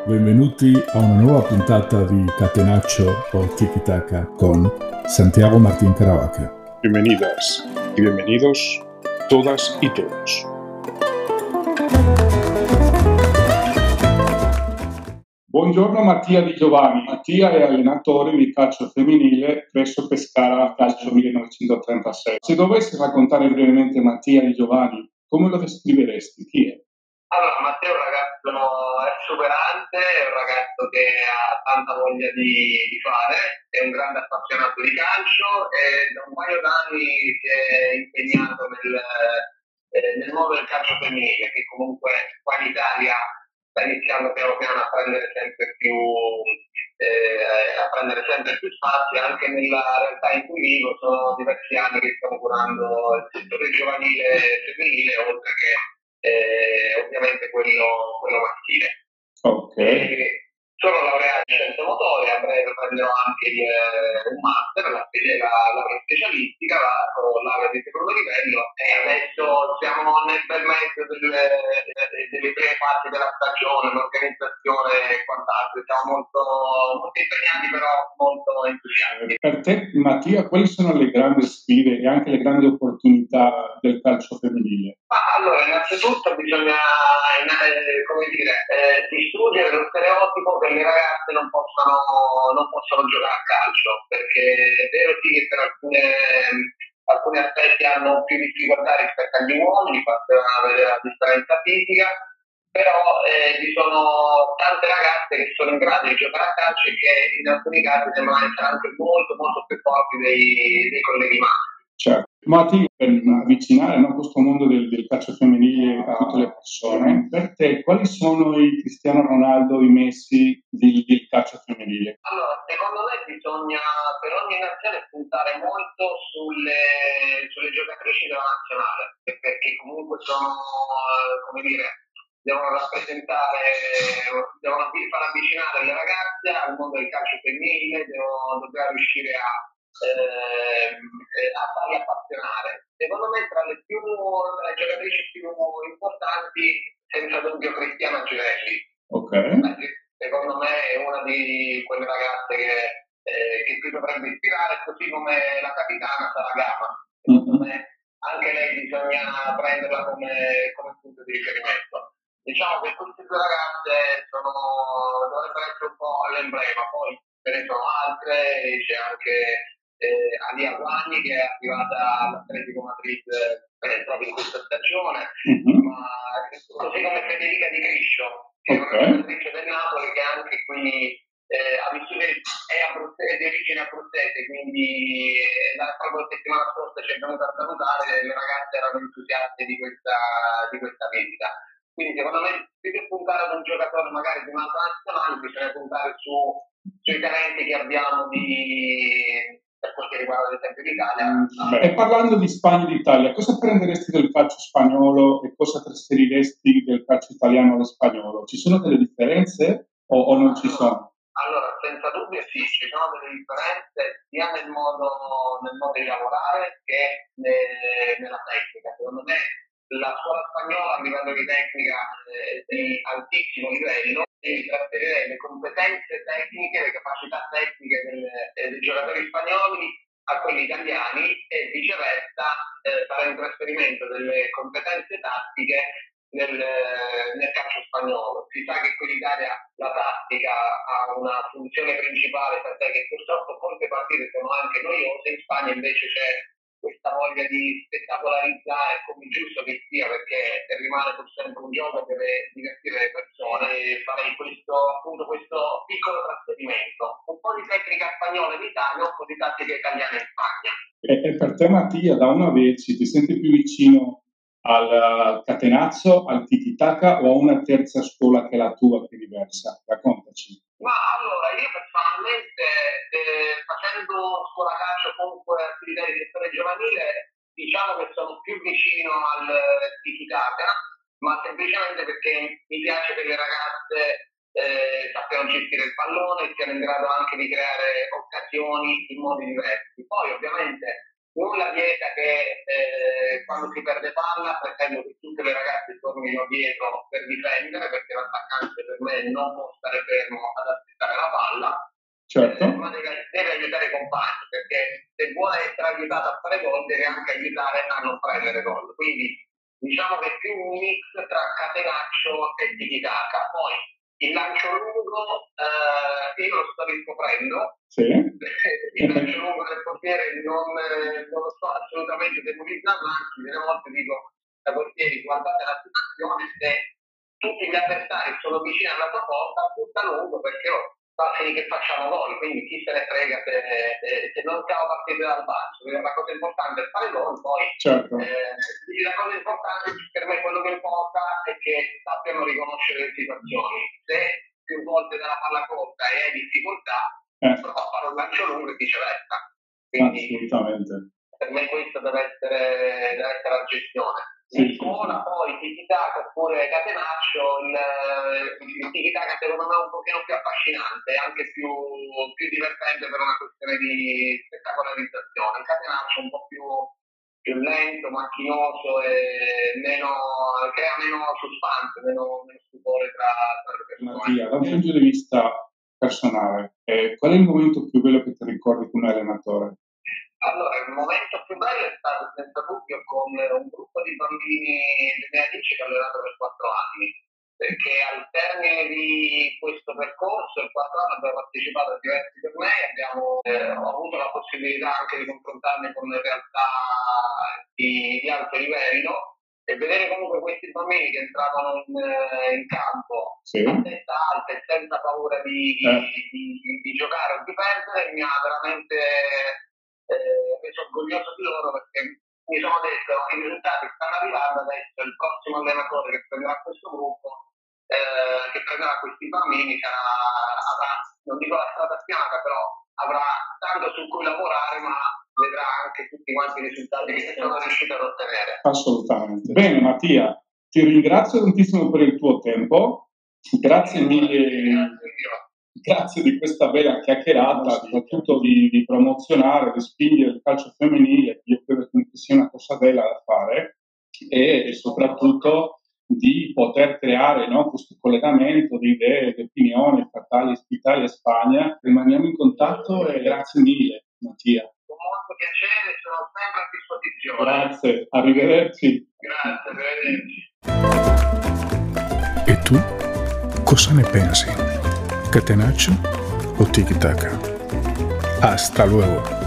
Benvenuti a una nuova puntata di Catenaccio o Tiki Taka con Santiago Martín Caravaca. Bienvenidas y bienvenidos todas y todos. Buongiorno Mattia Di Giovanni. Mattia è allenatore di calcio femminile presso Pescara Calcio 1936. Se dovessi raccontare brevemente Mattia Di Giovanni, come lo descriveresti? Chi è? Allora, Matteo è un ragazzo esuberante, è un ragazzo che ha tanta voglia di fare, è un grande appassionato di calcio e da un paio d'anni si è impegnato nel mondo del calcio femminile, che comunque qua in Italia sta iniziando piano piano a prendere sempre più spazio. Anche nella realtà in cui vivo sono diversi anni che stiamo curando il settore giovanile femminile, oltre che ovviamente quello maschile. Ok. Sono laureato in scienze motorie, a breve prenderò anche un master, la laurea specialistica, la laurea di secondo livello, e adesso siamo nel bel mezzo delle prime fasi della stagione, l'organizzazione e quant'altro. Siamo molto impegnati, però molto entusiasti. Per te, Mattia, quali sono le grandi sfide e anche le grandi opportunità del calcio femminile? Allora, innanzitutto bisogna, distruggere lo stereotipo che le ragazze non possono giocare a calcio, perché è vero sì che per alcuni aspetti hanno più difficoltà rispetto agli uomini, basta vedere la differenza fisica, però ci sono tante ragazze che sono in grado di giocare a calcio e che in alcuni casi sembrano essere anche molto molto più forti dei colleghi maschi. Certo. Mattia, per avvicinare questo mondo del calcio femminile a tutte le persone, per te quali sono i Cristiano Ronaldo, i Messi del calcio femminile? Allora, secondo me bisogna per ogni nazione puntare molto sulle giocatrici della nazionale, perché comunque sono, devono far avvicinare le ragazze al mondo del calcio femminile, dobbiamo riuscire a farli appassionare. Secondo me tra le giocatrici più importanti, senza dubbio, Cristiana Girelli. Ok. Secondo me è una di quelle ragazze che qui dovrebbe ispirare, così come la capitana Sara Gama. Secondo me anche lei bisogna prenderla come punto di riferimento. Diciamo che queste due ragazze dovrebbero essere un po' l'emblema, poi ce ne sono altre, c'è anche Alia Guagni che è arrivata all'Atletico Madrid proprio in questa stagione, ma così come Federica Di Criscio, che è una giocatrice del Napoli che anche qui ha vissuto, è di origine abruzzese, quindi proprio la settimana scorsa ci è venuta a salutare, le ragazze erano entusiaste di questa visita. Quindi secondo me, più che puntare ad un giocatore magari di un'altra nazionale, bisogna puntare sui talenti che abbiamo per quel che riguarda ad esempio l'Italia. E parlando di Spagna e d'Italia, cosa prenderesti del calcio spagnolo e cosa trasferiresti del calcio italiano allo spagnolo? Ci sono delle differenze o non ci sono? Allora, senza dubbio sì, ci sono delle differenze sia nel modo di lavorare che nella tecnica. Secondo me la scuola spagnola a livello di tecnica di altissimo livello e trasferire le competenze tecniche, le capacità tecniche dei giocatori spagnoli a quelli italiani e viceversa fare un trasferimento delle competenze tattiche nel calcio spagnolo. Si sa che qui in Italia la tattica ha una funzione principale, tant'è che purtroppo molte partite sono anche noiose. In Spagna invece c'è questa voglia di spettacolarizzare, come giusto che sia, perché rimane pur sempre un gioco, deve divertire le persone, e farei questo piccolo trasferimento, un po' di tecnica spagnola in Italia, un po' di tattica italiana in Spagna. E per te Mattia, da una vez, ti senti più vicino al catenaccio, al tiki taka o a una terza scuola che è la tua, che è diversa? Raccontaci. Ma allora, io personalmente, facendo scuola calcio comunque attività di settore giovanile, diciamo che sono più vicino al tiki taka, ma semplicemente perché mi piace che le ragazze sappiano gestire il pallone e siano in grado anche di creare occasioni in modi diversi. Poi ovviamente nulla vieta che quando si perde palla pretendo che tutte le ragazze tornino dietro per difendere, perché l'attaccante per me non può stare fermo ad aspettare la palla, certo. Ma deve aiutare i compagni, perché se vuole essere aiutato a fare gol deve anche aiutare a non prendere gol. Quindi diciamo che è più un mix tra catenaccio e tiki-taka. Poi il lancio lungo io lo sto riscoprendo. Sì. Il lancio lungo del portiere non lo sto assolutamente demonizzando, anzi delle volte dico ai portieri: guardate la situazione, se tutti gli avversari sono vicini alla tua porta, butta lungo, perché va a finire che facciamo gol, quindi chi se ne frega se non siamo partiti dal basso. La cosa importante è fare gol, poi certo. La cosa importante per me, quello che importa è che sappiano riconoscere le situazioni. Se più volte dalla palla corta e hai difficoltà, prova a fare un lancio lungo e viceversa. Quindi assolutamente. Per me questa deve essere la gestione. In scuola poi tiki-taka oppure catenaccio, il tiki-taka secondo me è un pochino più affascinante, anche più divertente per una questione di spettacolarizzazione. Il catenaccio è un po' più lento, macchinoso e crea meno suspense, meno stupore tra le persone. Mattia, da un punto di vista personale, qual è il momento più bello che ti ricordi come allenatore? Allora, il momento più bello è stato senza dubbio con un gruppo di bambini dei miei amici che ho allenato per 4 anni, perché al termine di questo percorso, in 4 anni abbiamo partecipato a diversi tornei, ho avuto la possibilità anche di confrontarmi con realtà di alto livello e vedere comunque questi bambini che entravano in campo a testa alta e senza paura di giocare o di perdere mi ha veramente reso orgoglioso di loro, perché mi sono detto i risultati stanno arrivando, adesso il prossimo allenatore che prenderà questo gruppo, che prenderà questi bambini avrà, non dico la strada spianata, però avrà tanto su cui lavorare, ma vedrà anche tutti quanti i risultati che sono riuscito ad ottenere. Assolutamente. Bene Mattia, ti ringrazio tantissimo per il tuo tempo, grazie mille. Grazie di questa bella chiacchierata, soprattutto di promozionare, di spingere il calcio femminile, io credo che sia una cosa bella da fare, e soprattutto di poter creare, no, questo collegamento di idee, di opinioni tra Italia e Spagna. Rimaniamo in contatto e grazie mille Mattia. Con molto piacere, sono sempre a disposizione. Grazie, arrivederci. Grazie, arrivederci. E tu cosa ne pensi? Catenaccio o tiki-taka? Hasta luego.